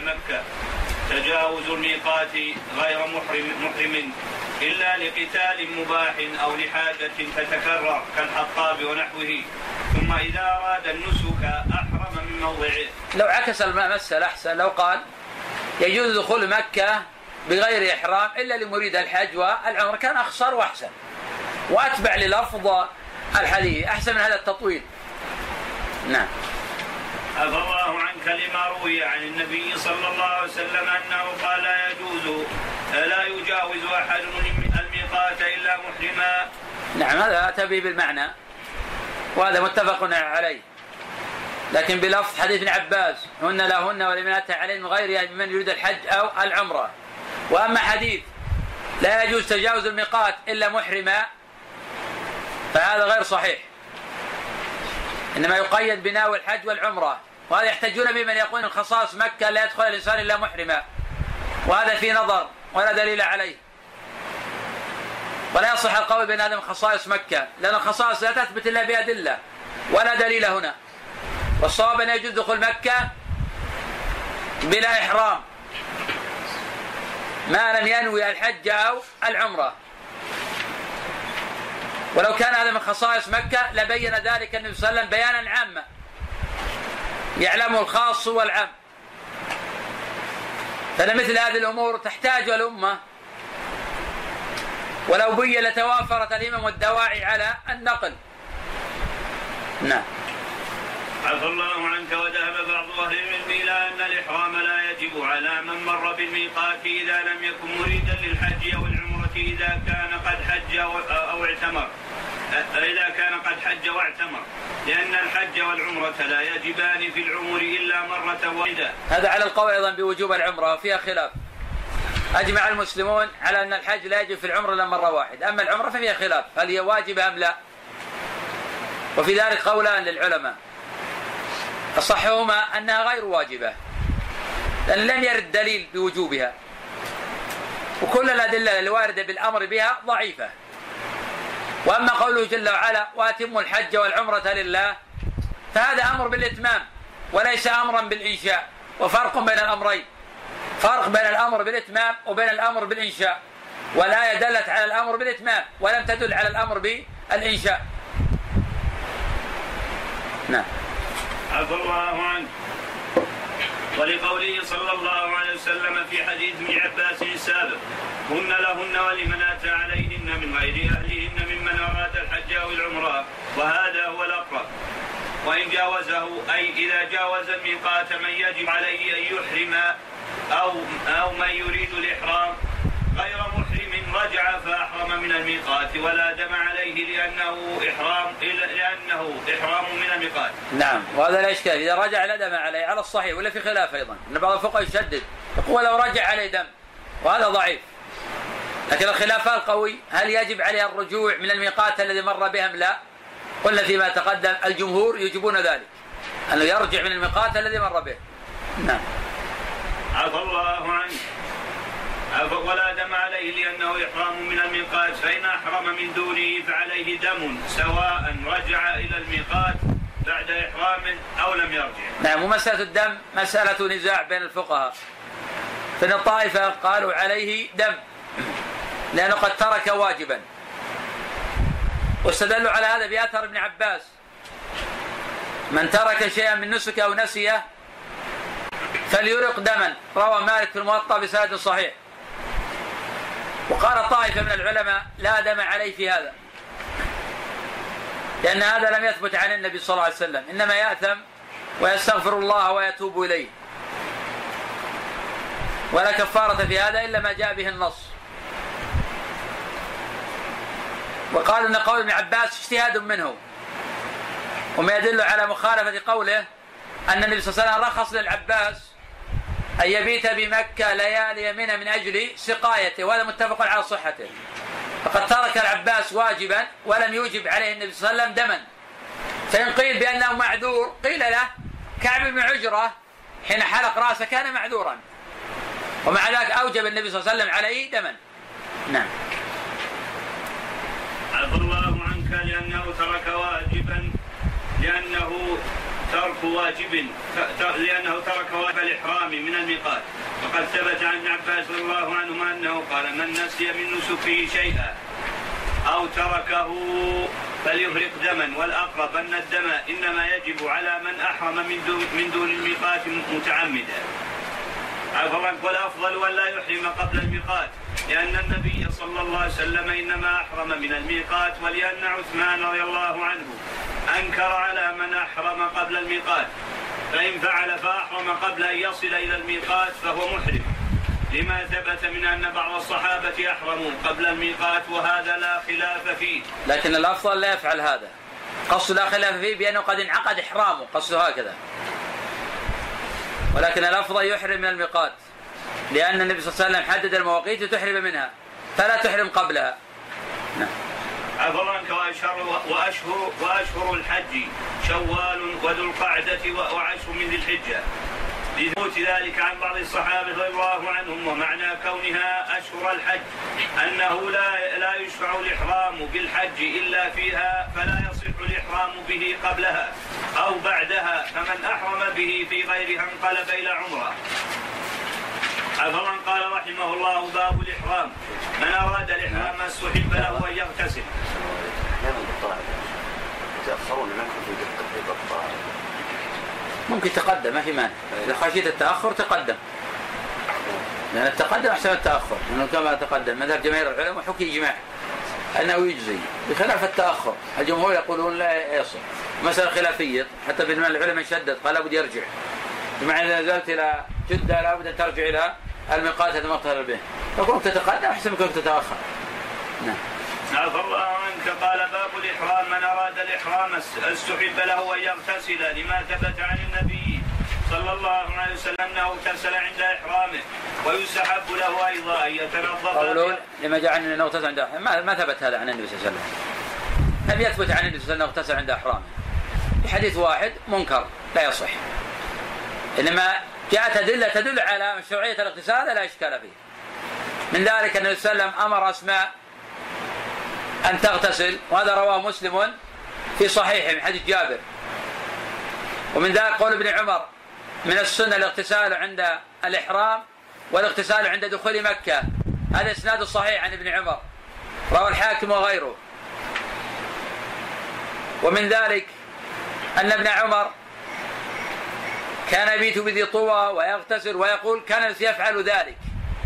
مكة تجاوز الميقات غير محرم إلا لقتال مباح أو لحاجة تتكرر كالحطاب ونحوه، ثم إذا أراد النسك أحرم من موضعه. لو عكس المسألة أحسن، لو قال يجوز دخول مكة بغير إحرام إلا لمريد الحج والعمرة كان أخصر وأحسن وأتبع للفظ الحديث أحسن من هذا التطويل. نعم. عفى الله عنك لما روي عن النبي صلى الله عليه وسلم أنه قال لا يجاوز أحد الميقات إلا محرما. نعم، هذا أتى به بالمعنى وهذا متفق عليه، لكن بلفظ حديث ابن عباس هن لهن ولمن أتى عليهم من غيرها ممن يريد الحج أو العمرة. وأما حديث لا يجوز تجاوز الميقات إلا محرما فهذا غير صحيح، إنما يقيد بناوي الحج والعمرة، وهذا يحتجون به من يقول خصائص مكة لا يدخل الإنسان إلا محرما، وهذا في نظر ولا دليل عليه، ولا يصح القول بأن هذا من خصائص مكة، لأن الخصائص لا تثبت إلا بأدلة ولا دليل هنا. والصواب أن يجوز دخول مكة بلا إحرام ما لم ينوي الحج أو العمرة، ولو كان هذا من خصائص مكة لبين ذلك النبي صلى الله عليه وسلم بيانا عاما يعلمه الخاص والعام. فمثل هذه الأمور تحتاج الأمة، ولو بين لتوافرت الهمم والدواعي على النقل. نعم. عفى الله عنك. وذهب بعض أهل العلم إلى أن الإحرام لا يجب على من مر بالميقات إذا لم يكن مريدا للحج أو العمرة إذا كان قد حج أو اعتمر، لأن الحج والعمرة لا يجبان في العمر إلا مرة واحدة. هذا على القول أيضا بوجوب العمرة وفيها خلاف. أجمع المسلمون على أن الحج لا يجب في العمرة إلا مرة واحدة، أما العمرة ففيها خلاف هل هي واجبة أم لا، وفي ذلك قولان للعلماء، أصحهما أنها غير واجبة لأن لم يرد دليل بوجوبها، وكل الأدلة الواردة بالأمر بها ضعيفة. وأما قوله جل وعلا وأتموا الحج والعمرة لله فهذا أمر بالإتمام وليس أمرا بالإنشاء، وفرق بين الأمرين، فرق بين الأمر بالإتمام وبين الأمر بالإنشاء، والآية دلت على الأمر بالإتمام ولم تدل على الأمر بالإنشاء. نعم. عفى الله عنه. ولقوله صلى الله عليه وسلم في حديث ابن عباس السابق هن لهن ولمن أتى عليهن من غير أهلهن ممن أراد الحج أو العمرة، وهذا هو الأقرب. وإن جاوزه أي إذا جاوز الميقات من يجب عليه أن يحرم أو من يريد الإحرام غير محرم رجع فأحرم من الميقات ولا دم عليه لأنه إحرام من الميقات. نعم، وهذا لا إشكال، إذا رجع لا دم عليه على الصحيح، ولا في خلاف أيضا أن بعض الفقهاء يشدد يقول لو رجع عليه دم، وهذا ضعيف. لكن الخلاف القوي هل يجب عليه الرجوع من الميقات الذي مر بهم لا؟ قلنا فيما تقدم الجمهور يجبون ذلك أنه يرجع من الميقات الذي مر به. نعم. عفى الله عنه. ولا دم عليه لأنه إحرام من الميقات، فإن أحرم من دونه فعليه دم سواء رجع إلى الميقات بعد إحرام أو لم يرجع. نعم. ومسألة الدم مسألة نزاع بين الفقهاء، فإن الطائفة قالوا عليه دم لأنه قد ترك واجبا، واستدلوا على هذا بأثر ابن عباس من ترك شيئا من نسك أو نسيه فليرق دما، روى مالك في الموطأ بسند صحيح. وقال طائفة من العلماء لا دم عليه في هذا، لأن هذا لم يثبت عن النبي صلى الله عليه وسلم، إنما يأثم ويستغفر الله ويتوب إليه، ولا كفارة في هذا إلا ما جاء به النص. وقالوا أن قول ابن عباس اجتهاد منه، وما يدل على مخالفة قوله أن النبي صلى الله عليه وسلم رخص للعباس أن يبيت بمكة ليالي منى من أجل سقايته، وهذا متفق على صحته. فقد ترك العباس واجبا ولم يوجب عليه النبي صلى الله عليه وسلم دما، فإن قيل بأنه معذور قيل له كعب بن عجرة حين حلق رأسه كان معذورا، ومع ذلك أوجب النبي صلى الله عليه وسلم عليه دما. نعم. عفى الله عنك لأنه ترك واجب الإحرام الإحرام من الميقات. وقد ثبت عن ابن عباس رضي الله عنهما أنه قال: من نسي من نسكه شيئا أو تركه فليهرق دما، والأقرب أن الدم إنما يجب على من أحرم من دون الميقات متعمدا. والأفضل أن لا يحرم قبل الميقات، لأن النبي صلى الله عليه وسلم إنما أحرم من الميقات، ولأن عثمان رضي الله عنه أنكر على من أحرم قبل الميقات، فإن فعل فأحرم قبل أن يصل إلى الميقات فهو محرم، لما ثبت من أن بعض الصحابة أحرموا قبل الميقات، وهذا لا خلاف فيه. لكن الأفضل لا يفعل هذا، قصد لا خلاف فيه بأنه قد انعقد إحرامه، قصده هكذا. ولكن الأفضل يحرم من الميقات، لأن النبي صلى الله عليه وسلم حدد المواقيت وتحرم منها، فلا تحرم قبلها. نعم. عفوا عنك. وأشهر الحج شوال وذو القعدة وعشر من ذي الحجة، لثبوت ذلك عن بعض الصحابة رضي الله عنهم. ومعنى كونها أشهر الحج أنه لا يشرع الإحرام بالحج إلا فيها، فلا يصح الإحرام به قبلها أو بعدها، فمن أحرم به في غيرها انقلب إلى عمرة. عفوا قال رحمه الله: باب الإحرام. من أراد الإحرام استحب له أن يغتسل. ممكن تقدم، ما في مانع، إذا خشيت التأخر تقدم، لأن التقدم أحسن التأخر، لأنه كما تقدم مذهب جماهير العلماء حكي إجماع أنه يجزي، بخلاف التأخر الجمهور يقولون لا يصح، مسألة خلافية، حتى بين العلماء شدد قال لابد يرجع، بمعنى إذا نزلت إلى جدة لابد أن ترجع إلى الميقات الذي مقتل به، فكونك تتقدم أحسن من كونك تتأخر. نعم. عفى الله عنك. قال: باب الإحرام. من أراد الإحرام استحب له أن يغتسل، لما ثبت عن النبي صلى الله عليه وسلم أنه اغتسل عند إحرامه، ويستحب له أيضا أن يتنظف. قولون لما جاء أنه اغتسل عند إحرامه، ما ثبت هذا عن النبي صلى الله عليه وسلم، لم يثبت عن النبي صلى الله عليه وسلم أنه اغتسل عند إحرامه، بحديث واحد منكر لا يصح، إنما جاءت أدلة تدل على مشروعية الاغتسال لا إشكال فيه. من ذلك أن النبي صلى الله عليه وسلم أمر أسماء أن تغتسل، وهذا رواه مسلم في صحيحه من حديث جابر. ومن ذلك قول ابن عمر: من السنة الاغتسال عند الإحرام والاغتسال عند دخول مكة. هذا إسناد صحيح عن ابن عمر، رواه الحاكم وغيره. ومن ذلك أن ابن عمر كان يبيت بذي طوى ويغتسل، ويقول كان يفعل ذلك،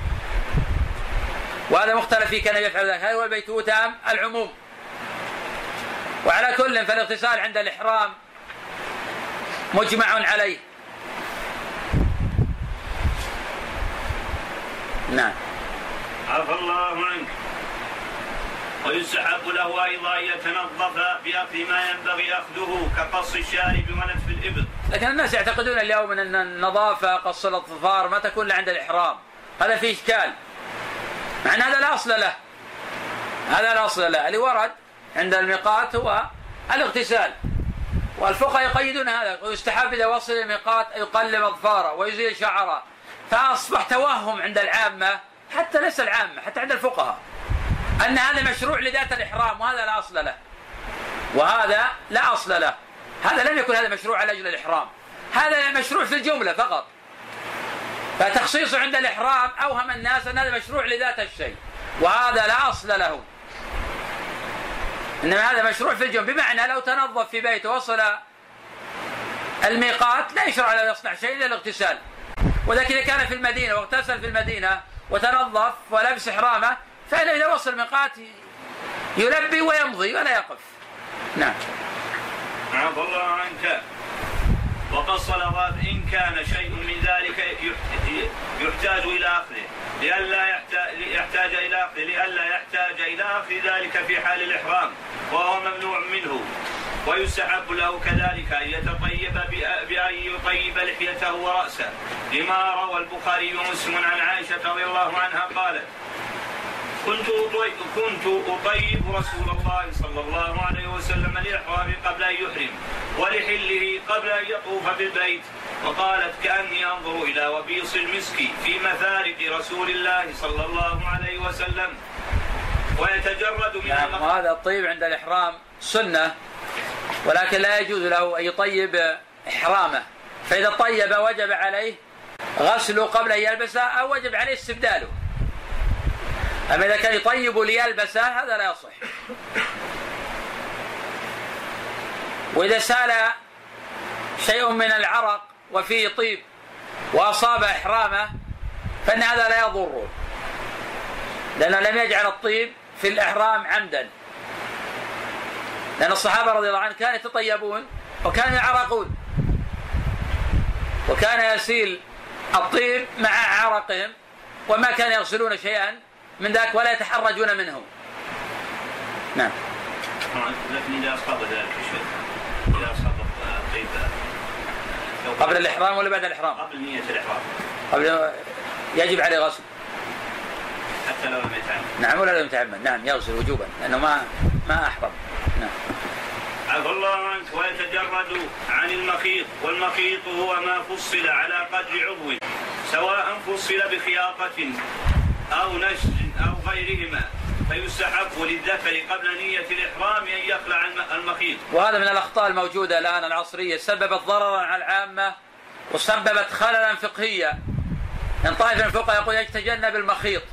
وهذا مختلف فيه كان يفعل ذلك، هذا هو البيتوت أم العموم. وعلى كل فالاغتسال عند الإحرام مجمع عليه. نعم. عفى الله عنك. ويستحب له أيضا أن يتنظف بأخذ ما ينبغي أخذه كقص الشارب ونتف الإبط. لكن الناس يعتقدون اليوم أن النظافة قص الأظفار ما تكون إلا عند الإحرام، هذا فيه إشكال، مع أن هذا لا أصل له، هذا لا أصل له. اللي ورد عند الميقات هو الاغتسال، والفقهاء يقيدون هذا، ويستحب إذا وصل الميقات يقلم أظفاره ويزيل شعره، فأصبح توهم عند العامة، حتى ليس العامة، حتى عند الفقهاء، أن هذا مشروع لذات الإحرام، وهذا لا أصل له، وهذا لا أصل له. هذا لم يكن هذا مشروع على أجل الإحرام، هذا مشروع في الجملة فقط، فتخصيصه عند الإحرام أوهم الناس أن هذا مشروع لذات الشيء، وهذا لا أصل له، إنما هذا مشروع في الجملة، بمعنى لو تنظف في بيته وصل الميقات لا يشرع له يصنع شيء إلا الاغتسال. ولكن إذا كان في المدينة واغتسل في المدينة وتنظف ولبس إحرامه، فإنه إذا وصل الميقات يلبي ويمضي ولا يقف. نعم. عفى الله عنك. وقص الأظافر إن كان شيء من ذلك يحتاج إلى أخذه لئلا يحتاج إلى أخذ ذلك في حال الإحرام، وهو ممنوع منه. ويستحب له كذلك أن يتطيب بأن يطيب لحيته ورأسه، لما روى البخاري ومسلم عن عائشة رضي الله عنها قالت: كنت أطيب رسول الله صلى الله عليه وسلم لإحرامه قبل أن يحرم، ولحله قبل أن يطوف بالبيت. وقالت: كأني أنظر إلى وبيص المسك في مفارق رسول الله صلى الله عليه وسلم ويتجرد من نعم. وهذا الطيب عند الإحرام سنة، ولكن لا يجوز له أن يطيب إحرامه، فإذا طيب وجب عليه غسله قبل أن يلبسه أو وجب عليه استبداله. أما إذا كان يطيب ليلبسه هذا لا يصح. وإذا سال شيء من العرق وفيه طيب وأصاب إحرامه فإن هذا لا يضره، لأنه لم يجعل الطيب في الإحرام عمدا، لأن الصحابة رضي الله عنهم كانوا يتطيبون وكانوا يعرقون، وكان يسيل الطيب مع عرقهم وما كانوا يغسلون شيئا من ذاك ولا يتحرجون منه. نعم. لكن إذا أصاب ذلك الشيء، إذا أصاب الطيب قبل الإحرام ولا بعد الإحرام؟ قبل نية الإحرام. قبل يجب عليه غسل حتى لو لم يتعمد. نعم ولا لم يتعمد. نعم يغسل وجوبا لأنه ما أحرم. نعم. عفى الله عنك. ويتجرد عن المخيط، والمخيط هو ما فصل على قدر عضو سواء فصل بخياطة أو نسج أو غيرهما، فيستحب للذكر قبل نية الإحرام أن يخلع المخيط. وهذا من الأخطاء الموجودة الآن العصرية، سببت ضررا على العامة وسببت خللا فقهيا. إن طائفة من الفقهاء يقول يتجنب المخيط،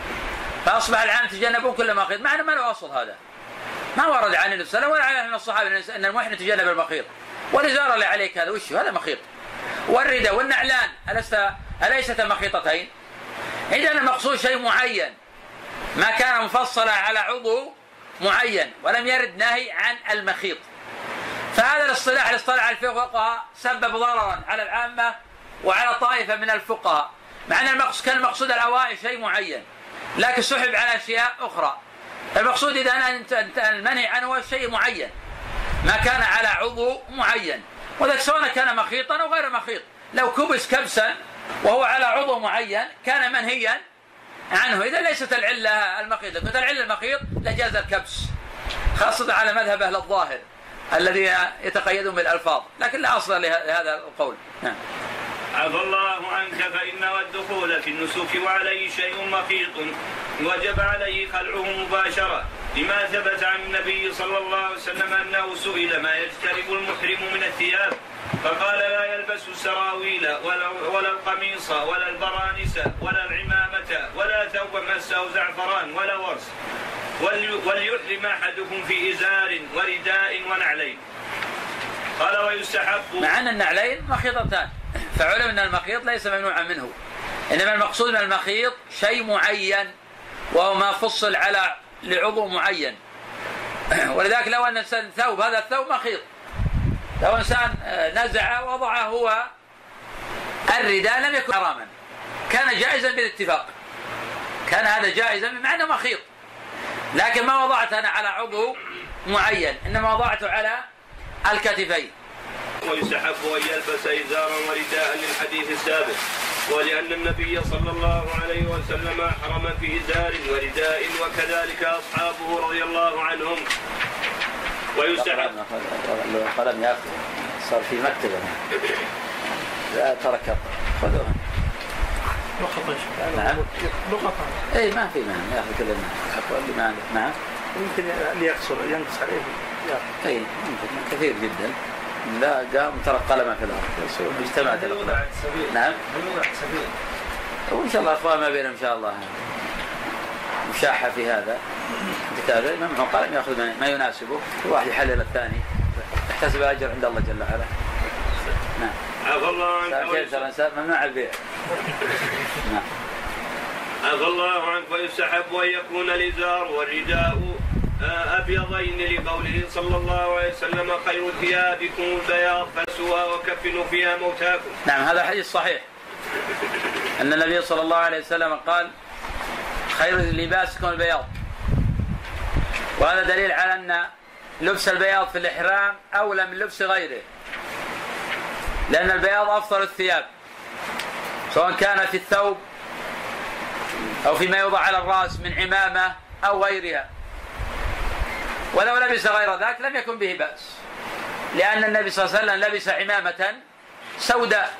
فأصبح العام يتجنبون كل مخيط، مع أنه ما له أصل. هذا ما ورد عن النبي صلى الله عليه وسلم ولا عن الصحابة أن المحرم يتجنب المخيط. والإزار اللي عليك هذا وش هذا مخيط، والرداء والنعلان أليست مخيطتين؟ إذا المقصود شيء معين ما كان مفصلا على عضو معين ولم يرد نهي عن المخيط. فهذا الاصطلاح اللي اصطلح على الفقهاء سبب ضررا على العامة وعلى طائفة من الفقهاء، مع أن كان المقصود الأوائل شيء معين لكن سحب على أشياء أخرى. المقصود إذا المنهي عنه هو شيء معين ما كان على عضو معين، وذلك سواء كان مخيطا أو غير مخيط. لو كبس كبسا وهو على عضو معين كان منهيا عنه. إذا ليست العلة المخيط، كنت العلة المخيط لجاز الكبس، خاصة على مذهب أهل الظاهر الذي يتقيدون بالألفاظ، لكن لا أصل لهذا القول. نعم. عفى الله عنك. فإن الدخول في النسك وعليه شيء مخيط وجب عليه خلعه مباشرة، لما ثبت عن النبي صلى الله عليه وسلم أنه سئل ما يجتنب المحرم من الثياب فقال لا يلبس السراويل ولا القميص ولا البرانس ولا العمامة ولا ثوب مسه زعفران ولا ورس، وليحرم أحدكم في إزار ورداء ونعلين. قال ويستحب، مع أن النعلين مخيطتان، فعلم أن المخيط ليس ممنوعا منه، إنما المقصود من المخيط شيء معين وهو ما فصل على لعضو معين. ولذلك لو أن إنسان ثوب، هذا الثوب مخيط، لو إنسان نزع وضعه هو الرداء لم يكن حراما، كان جائزا بالاتفاق، كان هذا جائزا مع أنه مخيط، لكن ما وضعته أنا على عضو معين، إنما وضعته على الكتفين. ويستحب أن يلبس إزارا ورداء للحديث السابق، ولأن النبي صلى الله عليه وسلم حرم في إزار ورداء وكذلك أصحابه رضي الله عنهم. ويستحب قلم يأخذ صار في مكتبة لا ترك خذوها لقطة. نعم لقطة. إيه ما في معنى يأخذ كل ما نعم يمكن اللي ينقص عليه أي ممكن كثير جدا. لا قام ترك قلمه في الأرض اجتمعت الأقلام. نعم وإن شاء الله أخوان ما بينهم إن شاء الله مشاحة في هذا كتابه، ممنوع قلم يأخذ ما يناسبه، واحد يحلل الثاني يحتسب أجر عند الله جل وعلا. نعم. عفى الله عنك. ممنوع البيع. نعم. عفى الله عنك. ويستحب أن يكون الإزار والرداء أبيضين لقوله صلى الله عليه وسلم خير ثيابكم البياض فالسوها وكفنوا فيها موتاكم. نعم هذا حديث صحيح أن النبي صلى الله عليه وسلم قال خير لباسكم البياض، وهذا دليل على أن لبس البياض في الإحرام أولى من لبس غيره، لأن البياض أفضل الثياب سواء كان في الثوب أو فيما يوضع على الرأس من عمامة أو غيرها. ولو لبس غير ذاك لم يكن به بأس، لأن النبي صلى الله عليه وسلم لبس عمامة سوداء،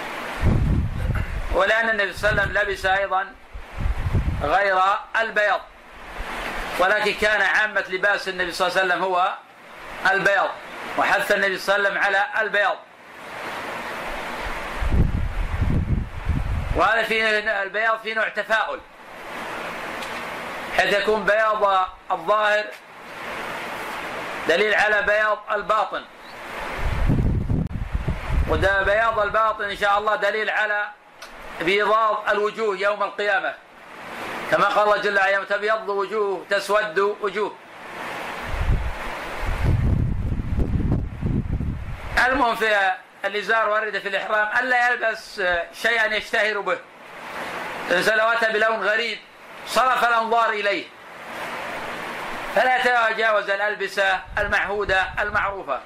ولأن النبي صلى الله عليه وسلم لبس أيضا غير البياض، ولكن كان عامة لباس النبي صلى الله عليه وسلم هو البياض، وحث النبي صلى الله عليه وسلم على البياض. وهذا فيه البياض فيه نوع تفاؤل، حيث يكون بياض الظاهر دليل على بياض الباطن، وده بياض الباطن إن شاء الله دليل على بيضاض الوجوه يوم القيامة، كما قال الله جل وعلا: تبيض وجوه تسود وجوه. المهم في الإزار ورد في الإحرام ألا يلبس شيئا يشتهر به، الإنسان لو أتى بلون غريب صرف الأنظار إليه، فلا يتجاوز الألبسة المعهودة المعروفة.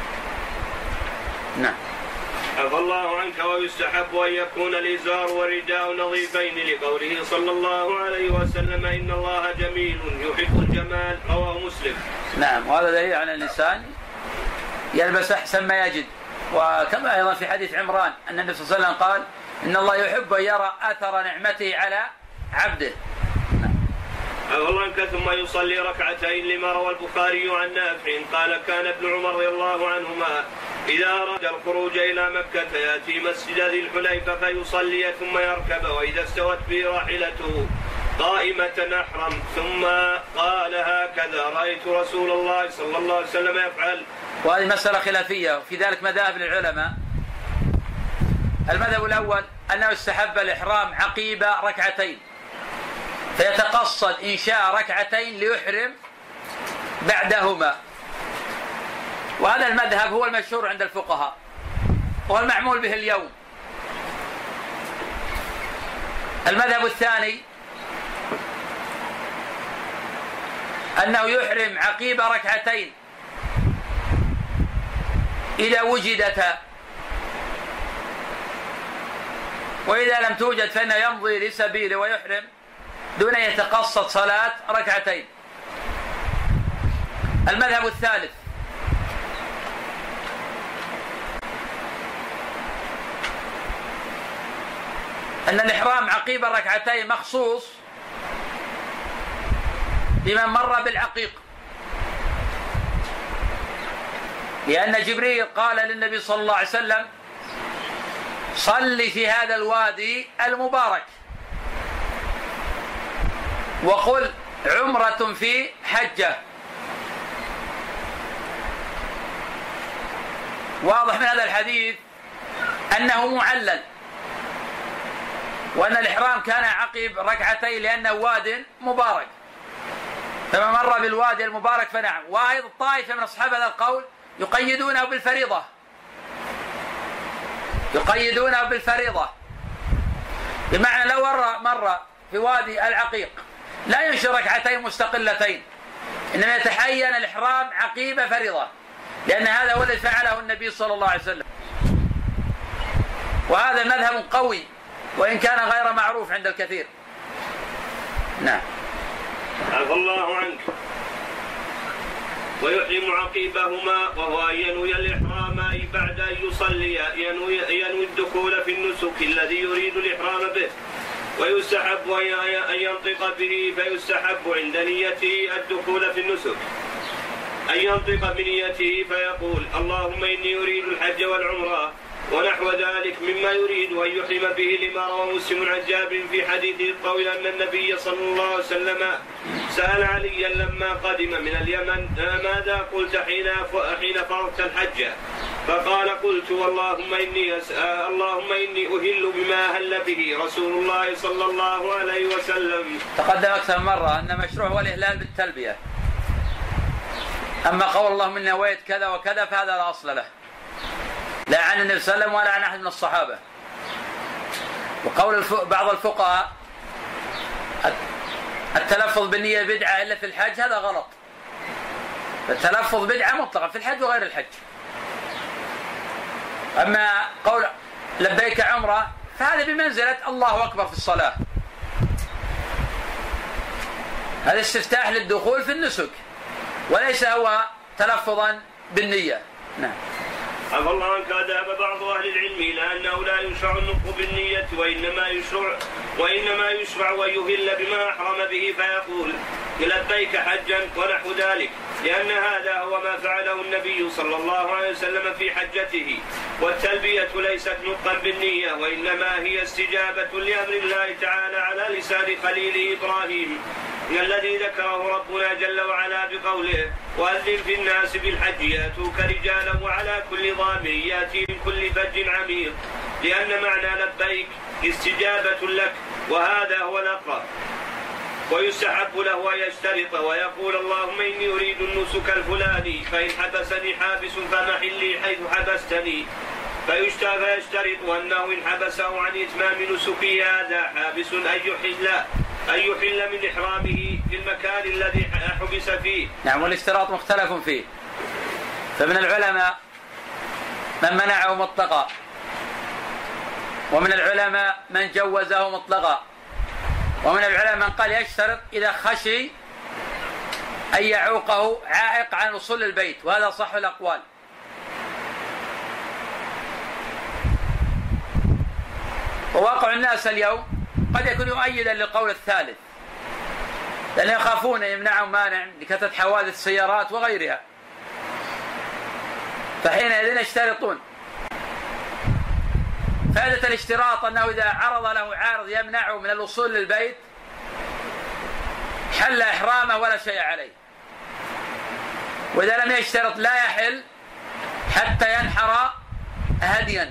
نعم. عفى الله عنك. ويستحب أن يكون الإزار والرداء نظيفين لقوله صلى الله عليه وسلم: إن الله جميل يحب الجمال، رواه مسلم. نعم، وهذا دليل على الإنسان يلبس أحسن ما يجد. وكما أيضا في حديث عمران أن النبي صلى الله عليه وسلم قال: إن الله يحب أن يرى أثر نعمته على عبده. الله عنك. ثم يصلي ركعتين لما روى البخاري عن نافع قال: كان ابن عمر رضي الله عنهما إذا أراد الخروج إلى مكة يأتي مسجد ذي الحليفة فيصلي ثم يركب، وإذا استوت به راحلته قائمة أحرم، ثم قال: هكذا رأيت رسول الله صلى الله عليه وسلم يفعل. وهذه مسألة خلافية، وفي ذلك مذاهب للعلماء. المذهب الأول أنه استحب الإحرام عقيب ركعتين، فيتقصد إن شاء ركعتين ليحرم بعدهما، وهذا المذهب هو المشهور عند الفقهاء والمعمول به اليوم. المذهب الثاني أنه يحرم عقيب ركعتين إذا وجدتا، وإذا لم توجد فإنه يمضي لسبيله ويحرم دون أن يتقصد صلاة ركعتين. المذهب الثالث أن الإحرام عقيب الركعتين مخصوص لمن مر بالعقيق، لأن جبريل قال للنبي صلى الله عليه وسلم: صل في هذا الوادي المبارك وقل عمرة في حجة. واضح من هذا الحديث أنه معلل، وأن الإحرام كان عقب ركعتين لأنه واد مبارك، فما مر بالوادي المبارك فنعم. وأيضا طائفة من أصحاب هذا القول يقيدونه بالفريضة، يقيدونه بالفريضة، بمعنى لو مر في وادي العقيق لا ينشر ركعتين مستقلتين، إنما يتحين الإحرام عقيب فريضة، لأن هذا هو الذي فعله النبي صلى الله عليه وسلم. وهذا مذهب قوي وإن كان غير معروف عند الكثير. نعم. عفى الله عنك. ويحرم عقيبهما، وهو أن ينوي الإحرام أي بعد أن يصلي ينوي الدخول في النسك الذي يريد الإحرام به، ويستحب أن ينطق به، فيستحب عند نيته الدخول في النسك أن ينطق بنيته فيقول: اللهم إني أريد الحج والعمرة ونحو ذلك مما يريد أن يحرم به، لما روى مسلم عن جابر في حديثه الطويل أن النبي صلى الله عليه وسلم سأل عليا لما قدم من اليمن: ماذا قلت حين فرضت الحج؟ فقال: قلت اللهم إني أهل بما أهل به رسول الله صلى الله عليه وسلم. تقدم أكثر مرة أن مشروع هو الإهلال بالتلبية، أما قول اللهم إني نويت كذا وكذا فهذا لا أصل له، لا عن النبي صلى الله عليه وسلم ولا عن أحد من الصحابة. وقول بعض الفقهاء التلفظ بالنية بدعة إلا في الحج، هذا غلط. التلفظ بدعة مطلقا في الحج وغير الحج. أما قول لبيك عمرة فهذا بمنزلة الله أكبر في الصلاة، هذا استفتاح للدخول في النسك وليس هو تلفظا بالنية. نعم. عفى الله عنك. ذهب بعض أهل العلم إلى أنه لا يشرع النطق بالنية، وإنما يشرع ويهل بما أحرم به، فيقول: لبيك حجا ونحو ذلك، لأن هذا هو ما فعله النبي صلى الله عليه وسلم في حجته. والتلبية ليست نطقا بالنية، وإنما هي استجابة لأمر الله تعالى على لسان خليله إبراهيم الذي ذكره ربنا جل وعلا بقوله: وأذن في الناس بالحج يأتوك رجالا وعلى كل ضامر يأتي من كل فج عميق، لأن معنى لبيك استجابة لك، وهذا هو الأقرب. ويستحب له أن يشترط ويقول: اللهم إني أريد النسك الفلاني، فإن حبسني حابس فمحلي حيث حبستني. فيشترط أنه إن حبسه عن إتمام نسكه هذا حابس أن يحل من إحرامه في المكان الذي حبس فيه. نعم، والاشتراط مختلف فيه، فمن العلماء من منعه مطلقا، ومن العلماء من جوزه مطلقا، ومن العلماء من قال يشترط إذا خشي أن يعوقه عائق عن وصول البيت، وهذا صح الأقوال. وواقع الناس اليوم قد يكون يؤيدا للقول الثالث، لأن يخافون يمنعهم مانع لكثرة حوادث السيارات وغيرها، فحينئذ يشترطون. فائدة الاشتراط أنه إذا عرض له عارض يمنعه من الوصول للبيت حل إحرامه ولا شيء عليه، وإذا لم يشترط لا يحل حتى ينحر هديا.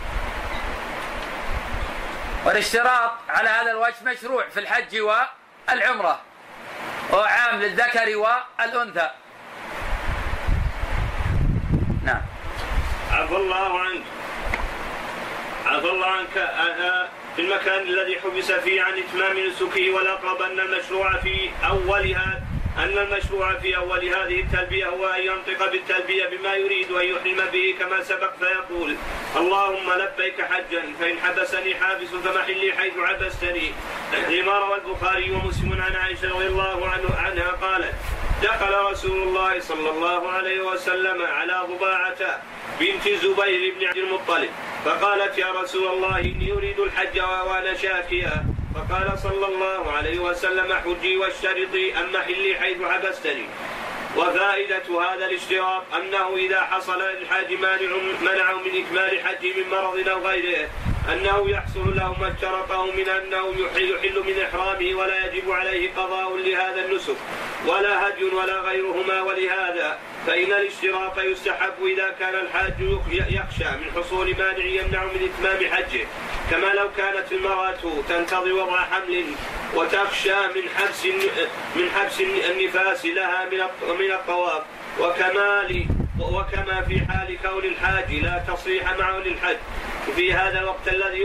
والاشتراط على هذا الوجه مشروع في الحج والعمرة، وهو عام للذكر والأنثى. نعم. عفى الله عنك في المكان الذي حبس فيه عن إتمام نسكه. والأقرب أن المشروع في أول هذه التلبية هو أن ينطق بالتلبية بما يريد أن يحرم به كما سبق، فيقول: اللهم لبيك حجا، فإن حبسني حابس فمحلي حيث حبستني. لما روى البخاري ومسلم عن عائشة رضي الله عنها قالت: دخل رسول الله صلى الله عليه وسلم على ضباعة بنت زبير بن عبد المطلب، فقالت: يا رسول الله إني أريد الحج وأنا شاكية. فقال صلى الله عليه وسلم: حجي واشترطي أن محلي حيث حبستني. وفائدة هذا الاشتراط أنه إذا حصل للحاج منع من إكمال حجه من مرض أو غيره أنه يحصل له ما اشترطه من أنه يحل من إحرامه، ولا يجب عليه قضاء لهذا النسك ولا هدي ولا غيرهما. ولهذا فإن الاشتراط يستحب إذا كان الحاج يخشى من حصول مانع يمنع من إتمام حجه، كما لو كانت المرأة تنتظر وضع حمل وتخشى من حبس النفاس لها من الطواف، وكما في حال كون الحاج لا تصريح معه للحج في هذا الوقت الذي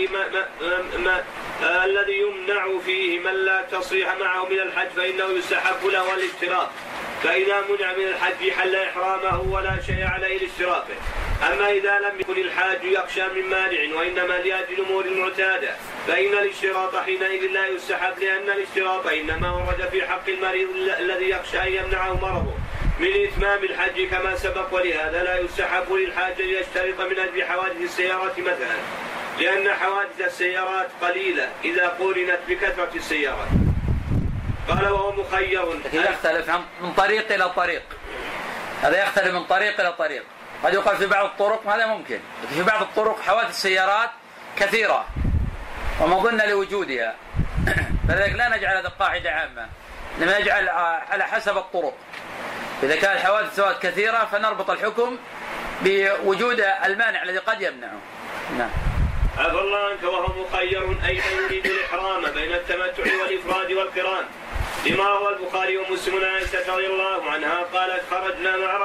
يمنع فيه من لا تصريح معه من الحج، فإنه يستحب له الاشتراط. فإذا منع من الحج حل إحرامه ولا شيء عليه لاشتراطه. أما إذا لم يكن الحاج يخشى من مانع وإنما لأجل الأمور المعتادة فإن الاشتراط حينئذ لا يستحب، لأن الاشتراط إنما ورد في حق المريض الذي يخشى أن يمنعه مرضه من إتمام الحج كما سبق. ولهذا لا يستحب للحاج أن يشترط من أجل حوادث السيارات مثلا، لأن حوادث السيارات قليلة إذا قورنت بكثرة السيارات. قال: وهو مخير. يختلف من طريق إلى طريق، هذا يختلف من طريق إلى طريق. قد يقال في بعض الطرق هذا ممكن، في بعض الطرق حوادث السيارات كثيرة ومظنة لوجودها، فلذلك لا نجعل هذا قاعدة عامة، إنما نجعل على حسب الطرق. إذا كان الحوادث السيارات كثيرة فنربط الحكم بوجود المانع الذي قد يمنعه. نعم. عفى الله عنك. وهو مخير أي من يريد الإحرام بين التمتع والإفراد والقران، لما روى البخاري ومسلم عن عائشة رضي الله عنها قالت: خرجنا مع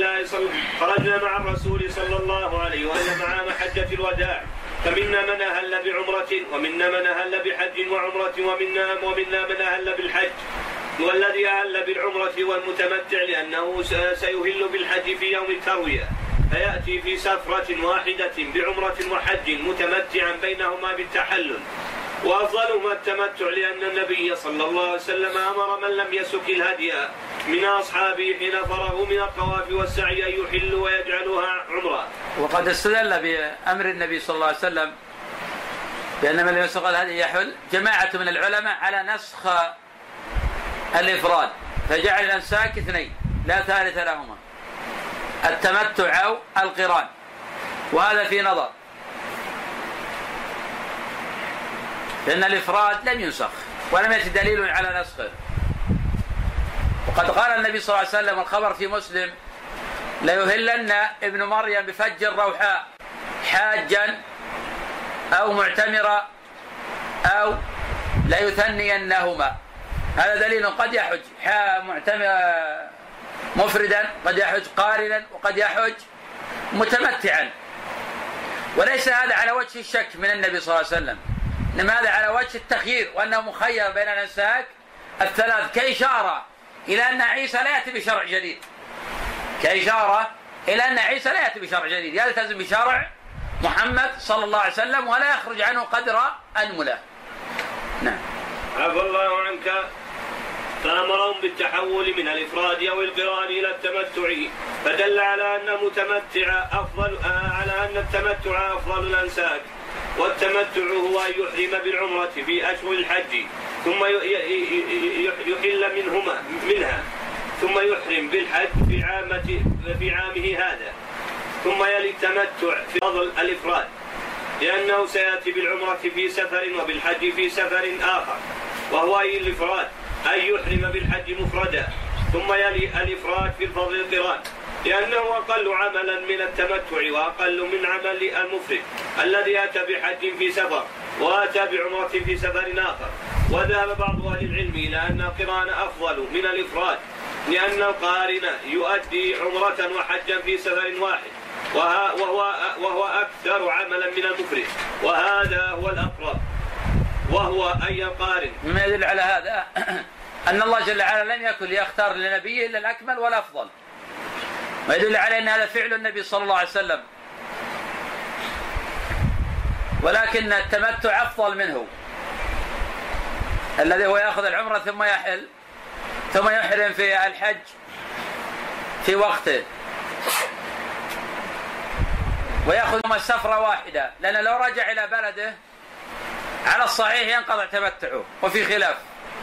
الرسول صلى الله عليه وسلم عام حجة الوداع، فمنا من أهل بعمرة ومنا من أهل بحج وعمرة ومنا من أهل بالحج. والذي أهل بالعمرة والمتمتع لأنه سيهل بالحج في يوم التروية، فيأتي في سفرة واحدة بعمرة وحج متمتعا بينهما بالتحلل. وأفضلهما التمتع، لأن النبي صلى الله عليه وسلم أمر من لم يسك الهدي من أصحابه حين فرغوا من الطواف والسعي أن يحلوا ويجعلوها عمرة. وقد استدل بأمر النبي صلى الله عليه وسلم بأن من لم يسك الهدي يحل جماعة من العلماء على نسخ الإفراد، فجعل الأنساك 2 لا ثالث لهما، التمتع أو القران، وهذا في نظر، لأن الإفراد لم ينسخ ولم يأتي دليل على نسخه. وقد قال النبي صلى الله عليه وسلم، الخبر في مسلم: ليهلن ابن مريم بفج الروحاء حاجا أو معتمرا أو ليثنينهما. هذا دليل قد يحج مفردا، قد يحج قارنا، وقد يحج متمتعا. وليس هذا على وجه الشك من النبي صلى الله عليه وسلم، إنما هذا على وجه التخيير، وأنه مخير بين الأنساك الثلاث، كإشارة إلى أن عيسى لا يأتي بشرع جديد، كإشارة إلى أن عيسى لا يأتي بشرع جديد، يلتزم بشرع محمد صلى الله عليه وسلم ولا يخرج عنه قدر أنملة. نعم. عفى الله عنك. فأمرهم بالتحول من الإفراد أو القران إلى التمتع، فدل على أن التمتع أفضل الأنساك. والتمتع هو أن يحرم بالعمرة في أشهر الحج ثم يحل منها ثم يحرم بالحج في عامه هذا، ثم يلي التمتع في فضل الإفراد، لأنه سيأتي بالعمرة في سفر وبالحج في سفر آخر، وهو أي الإفراد أن يحرم بالحج مفردا، ثم يلي الإفراد في الفضل القران، لأنه أقل عملا من التمتع وأقل من عمل المفرد الذي أتى بحج في سفر وأتى بعمرة في سفر آخر. وذهب بعض أهل العلم إلى أن القران أفضل من الإفراد، لأن القارن يؤدي عمرة وحجا في سفر واحد، وهو أكثر عملا من المفرد، وهذا هو الأقرب، وهو أي القارن. مما يدل على هذا أن الله جل وعلا لم يكن ليختار لنبيه إلا الأكمل والأفضل، ويدل على أن هذا فعل النبي صلى الله عليه وسلم، ولكن التمتع أفضل منه، الذي هو يأخذ العمرة ثم يحرم في الحج في وقته، ويأخذ السفرة واحدة، لأن لو رجع إلى بلده على الصحيح ينقضع تمتعه، وفي خلاف.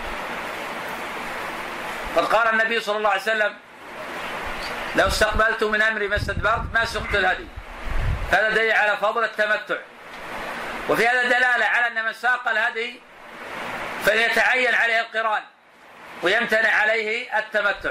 قد قال النبي صلى الله عليه وسلم: لو استقبلت من أمري ما استدبرت ما سقت الهدي. هذا دليل على فضل التمتع، وفي هذا دلالة على أن من ساق الهدي فليتعين عليه القران ويمتنع عليه التمتع.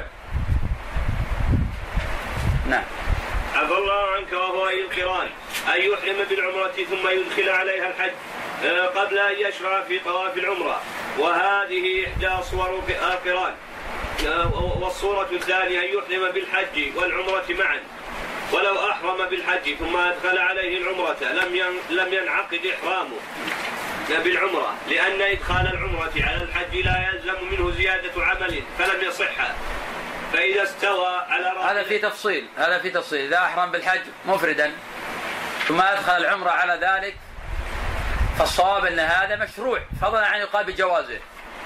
نعم. عفى الله عنك. وهو أي القران أن يحرم بالعمرة ثم يدخل عليها الحج قبل أن يشرع في طواف العمرة، وهذه إحدى صور القران. والصورة الثانية أن يحرم بالحج والعمرة معا، ولو أحرم بالحج ثم أدخل عليه العمرة لم ينعقد إحرامه بالعمرة، لأن إدخال العمرة على الحج لا يلزم منه زيادة عمل فلم يصح. فإذا استوى على هذا في تفصيل إذا أحرم بالحج مفردا ثم أدخل العمرة على ذلك، فالصواب أن هذا مشروع فضلا عن يقال بجوازه.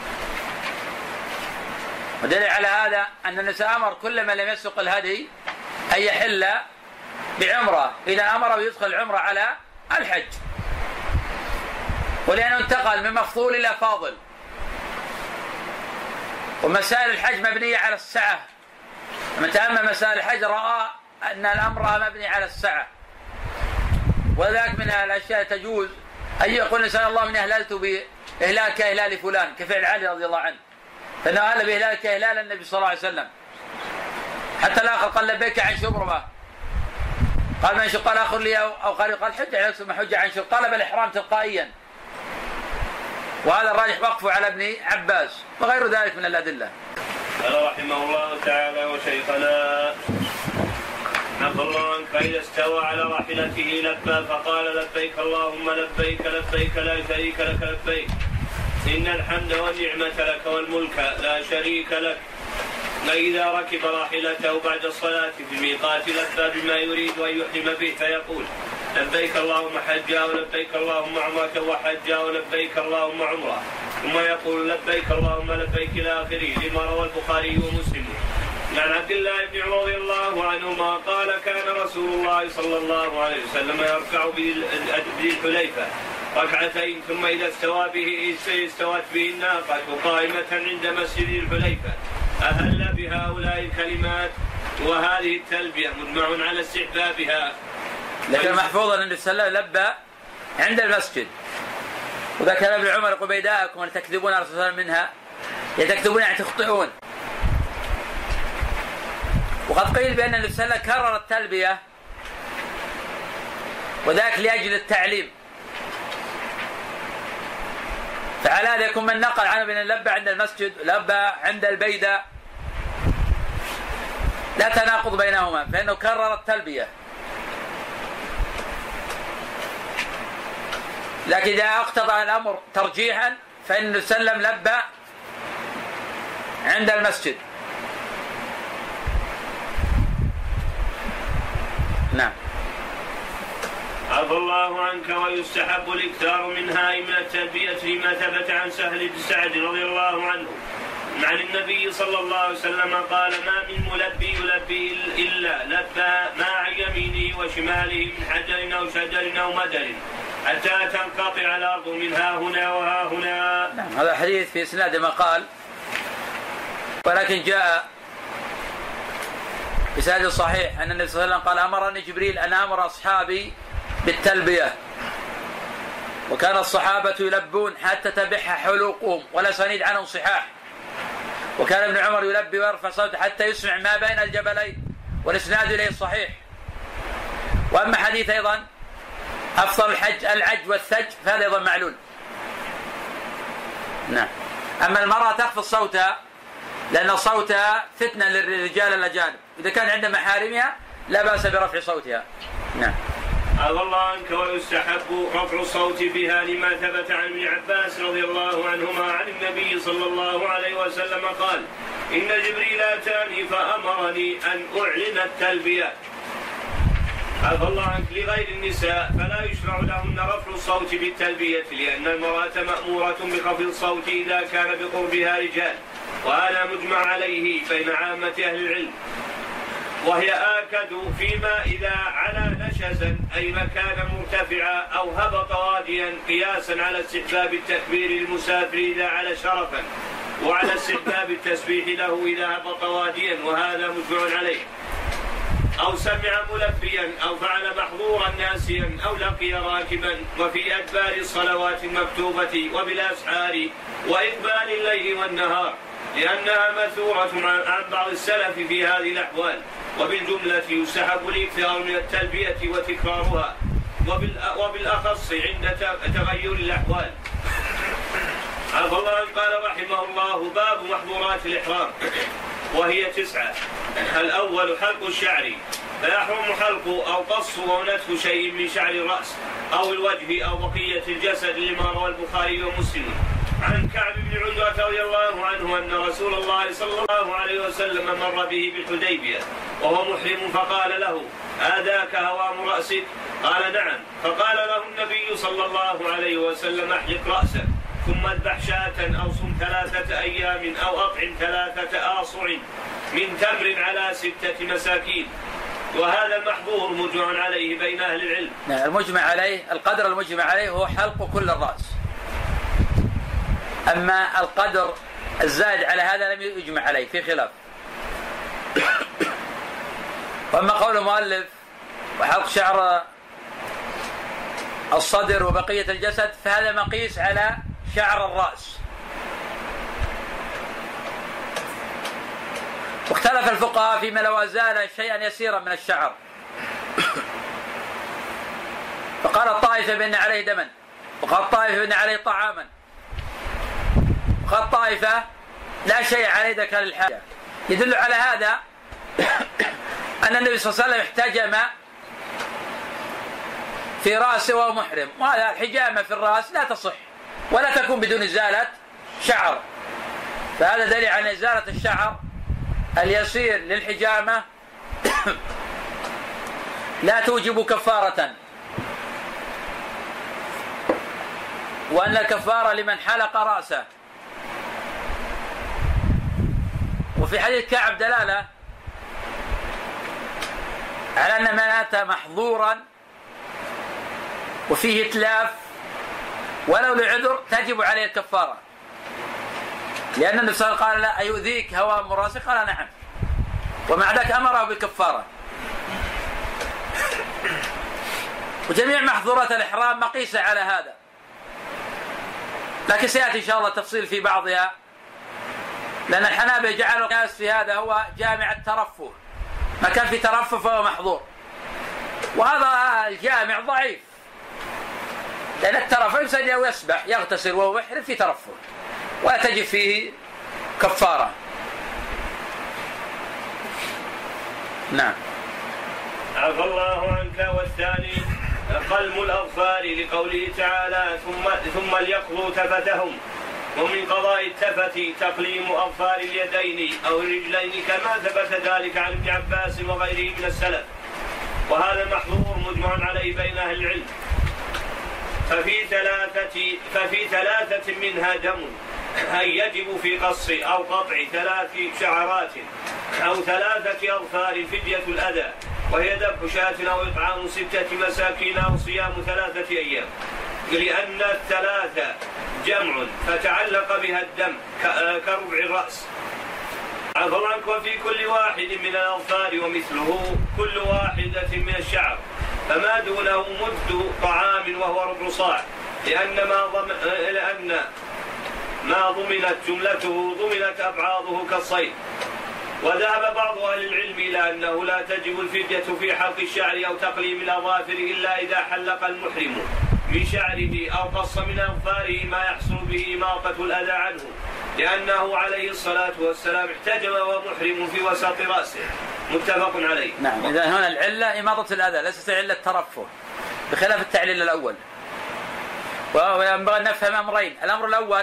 ودليل على هذا أن النبي أمر كل من لم يسق الهدي أن يحل بعمرة إذا أمر يدخل العمرة على الحج، ولأنه انتقل من مفضول إلى فاضل، ومسائل الحج مبنية على السعة. من تأمل مسائل الحج رأى أن الأمر مبني على السعة، وذلك من الأشياء تجوز أن يقول إنسان اللهم إني أهللت بإهلال كإهلال فلان، كفعل علي رضي الله عنه، فإنه أهل بإهلال كإهلال النبي صلى الله عليه وسلم. حتى الآخر قال لبيك عن شبرمة، قال من شق الآخر لي أو قال حج على ثم حج عن شق، طلب الإحرام تلقائيا، وهذا الراجح وقفه على ابن عباس وغير ذلك من الأدلة. قال رحمه الله تعالى: وشيخنا عفى الله عنك فإذا استوى على راحلته لبى فقال لبيك اللهم لبيك لبيك لا شريك لك لبيك إن الحمد والنعمة لك والملك لا شريك لك. فإذا ركب راحلته بعد الصلاة في الميقات لبى بما يريد أن يحرم به، فيقول لبيك اللهم حجا ولبيك اللهم عمرة وحجا ولبيك اللهم عمرة، ثم يقول لبيك اللهم لبيك إلى آخره، لما روى البخاري ومسلم عن عبد الله بن عمر رضي الله عنهما قال: كان رسول الله صلى الله عليه وسلم يركع بذي الحليفة ركعتين، ثم إذا استوت به الناقة قائمة عند مسجد الحليفة أهل بهؤلاء الكلمات وهذه التلبية مجمع على استحبابها. لكن محفوظ أن النبي صلى الله عليه وسلم لبى عند المسجد، وذا كان ابن عمر يقول بيداءكم أن تكذبون على رسول الله منها، يتكتبون يعني تخطئون. وقد قيل بأن النبي صلى الله عليه وسلم كرر التلبية وذاك لأجل التعليم، فعلى هذا يكون من نقل عنه بأن لبى عند المسجد لبى عند البيداء لا تناقض بينهما، فإنه كرر التلبية. لكن إذا اقتضى الأمر ترجيحا فإن النبي صلى الله عليه وسلم لبى عند المسجد. نعم. عفى الله عنك. ويستحب الاكثار منها من التلبية لما ثبت عن سهل بن سعد رضي الله عنه عن النبي صلى الله عليه وسلم قال: ما من ملبي يلبي إلا لبى ما عن يمينه وشماله من حجر أو شجر أو مدر حتى تنقطع الأرض من ها هنا وها هنا. نعم. هذا حديث في إسناد ما قال، ولكن جاء بسند صحيح أن النبي صلى الله عليه وسلم قال: أمرني جبريل أن أمر أصحابي بالتلبية، وكان الصحابة يلبون حتى تبح حلوقهم ولا سنيد عنهم صحاح، وكان ابن عمر يلبي ويرفع صوته حتى يسمع ما بين الجبلين، والإسناد إليه صحيح. وأما حديث أيضا أفضل الحج العج والثج فهذا أيضا معلول. نعم. أما المرأة تخفض صوتها لأن صوتها فتنة للرجال الأجانب، إذا كان عند محارمها لا بأس برفع صوتها. نعم. عفى الله عنك. ويستحب رفع الصوت بها لما ثبت عن ابن عباس رضي الله عنهما عن النبي صلى الله عليه وسلم قال: إن جبريل أتاني فأمرني أن أعلن التلبية. عفى الله عنك. لغير النساء فلا يشرع لهن رفع الصوت بالتلبية، لأن المرأة مأمورة بخفض الصوت إذا كان بقربها رجال، وهذا مجمع عليه بين عامة أهل العلم. وهي آكد فيما إذا علا نشزا أي مكانا مرتفعا أو هبط واديا، قياسا على استحباب التكبير للمسافر إذا علا شرفا، وعلى استحباب التسبيح له إذا هبط واديا، وهذا مجمع عليه. أو سمع ملبيا أو فعل محظورا ناسيا أو لقي راكبا، وفي أدبار الصلوات المكتوبة وبالأسحار وإقبال الليل والنهار، لأنها مثورة عن بعض السلف في هذه الأحوال. وبالجملة يستحب الاكثار من التلبية وتكرارها، وبالأخص عند تغير الأحوال. عفى الله قال رحمه الله: باب محظورات الإحرام، وهي 9. الأول حلق الشعر، فيحرم حلق أو قص أو نتف شيء من شعر الرأس أو الوجه أو بقية الجسد، لما روى البخاري ومسلم عن كعب بن عجرة رضي الله عنه أن رسول الله صلى الله عليه وسلم مر به بالحديبية وهو محرم، فقال له: آذاك هوام رأسك؟ قال: نعم. فقال له النبي صلى الله عليه وسلم: احلق رأسك ثم اذبح شاة أو صم 3 أيام أو أطعم 3 آصع من تمر على 6 مساكين. وهذا المحظور مجمع عليه بين أهل العلم. المجمع عليه القدر المجمع عليه هو حلق كل الرأس، أما القدر الزائد على هذا لم يجمع عليه، في خلاف. وأما قول المؤلف وحلق شعر الصدر وبقية الجسد فهذا مقيس على شعر الرأس. واختلف الفقهاء فيما لو أزال شيئا يسيرا من الشعر، فقال الطائفة بأن عليه دما، وقال الطائفة بأن عليه طعاما، وقال الطائفة لا شيء عليه إذا كان للحاجة. يدل على هذا أن النبي صلى الله عليه وسلم احتجم في رأسه وهو محرم، وهذا الحجامة في الرأس لا تصح ولا تكون بدون إزالة شعر، فهذا دليل على إزالة الشعر اليسير للحجامة لا توجب كفارة، وأن الكفارة لمن حلق رأسه. وفي حديث كعب دلالة على أن من أتى محظورا وفيه إتلاف ولو لعذر تجب عليه الكفارة. لأن النبي صلى الله عليه وسلم قال لا أيؤذيك هوى من رأسك؟ قال نعم، ومع ذلك أمره بالكفارة. وجميع محظورات الإحرام مقيسة على هذا، لكن سيأتي إن شاء الله تفصيل في بعضها، لأن الحنابلة جعلوا القياس في هذا هو جامع الترفه، ما كان في ترفه فهو محظور، وهذا الجامع ضعيف، لأن الترفه يمسك أو يسبح يغتسل وهو محرم في ترفه ولا تجب فيه كفارة. نعم. عفى الله عنك. والثاني قلم الأظفار لقوله تعالى ثم ليقضوا تفتهم، ومن قضاء التفت تقليم أظفار اليدين أو الرجلين كما ثبت ذلك عن ابن عباس وغيره من السلف، وهذا محظور مجمع عليه بين أهل العلم. ففي ثلاثة منها دم، أي يجب في قص أو قطع 3 شعرات أو 3 أظفار فدية الأذى، وهي ذبح شاة أو إطعام 6 مساكين أو صيام 3 أيام، لأن 3 جمع فتعلق بها الدم كربع الرأس. عفى عنك. وفي كل واحد من الأظفار ومثله كل واحدة من الشعر، فما دونه مد طعام وهو ربع صاع، لأن ما ضمنت جملته ضمنت أبعاضه كالصيد. وذهب بعض أهل العلم إلى أنه لا تجب الفدية في حلق الشعر أو تقليم الأظافر إلا إذا حلق المحرم من شعره أو قص من أظفاره ما يحصل به إماطة الأذى عنه، لأنه عليه الصلاة والسلام احتجم وهو محرم في وسط رأسه، متفق عليه. نعم. إذا هنا العلة إماطة الأذى ليست علة الترفه، بخلاف التعليل الأول. وينبغي أن نفهم أمرين: الأمر الأول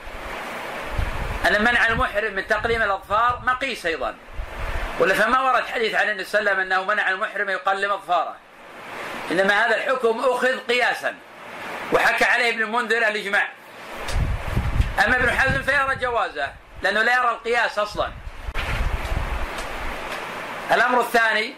أن منع المحرم من تقليم الأظفار مقيس أيضا، ولا فما ورد حديث عن النبي صلى الله عليه وسلم أنه منع المحرم يقلم أظفاره، إنما هذا الحكم أخذ قياسا، وحكى عليه ابن المنذر الإجماع. أما ابن حزم فيرى جوازه لأنه لا يرى القياس أصلا. الأمر الثاني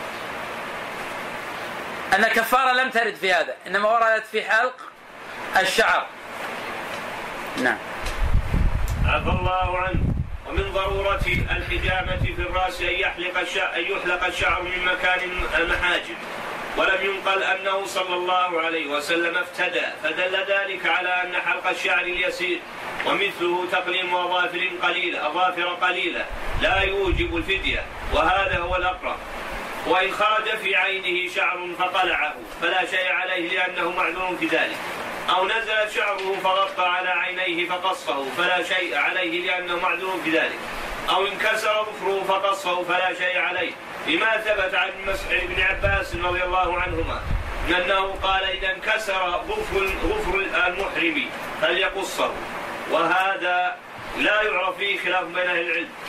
أن الكفارة لم ترد في هذا، إنما وردت في حلق الشعر. نعم. عفى الله عنه. ومن ضرورة الحجامة في الرأس أن يحلق الشعر من مكان المحاجم، ولم ينقل أنه صلى الله عليه وسلم افتدى، فدل ذلك على أن حلق الشعر اليسير ومثله تقليم أظافر قليلة لا يوجب الفدية، وهذا هو الأقرب. وإن خرج في عينه شعر فقلعه فلا شيء عليه لأنه معذور في ذلك، أو نزل شعره فغطى على عينيه فقصه فلا شيء عليه لأنه معذور في ذلك، أو انكسر ظفره فقصه فلا شيء عليه، لما ثبت عن ابن عباس رضي الله عنهما أنه قال إذا انكسر ظفر المحرم فليقصه، وهذا لا يعرف فيه خلاف بين أهل العلم.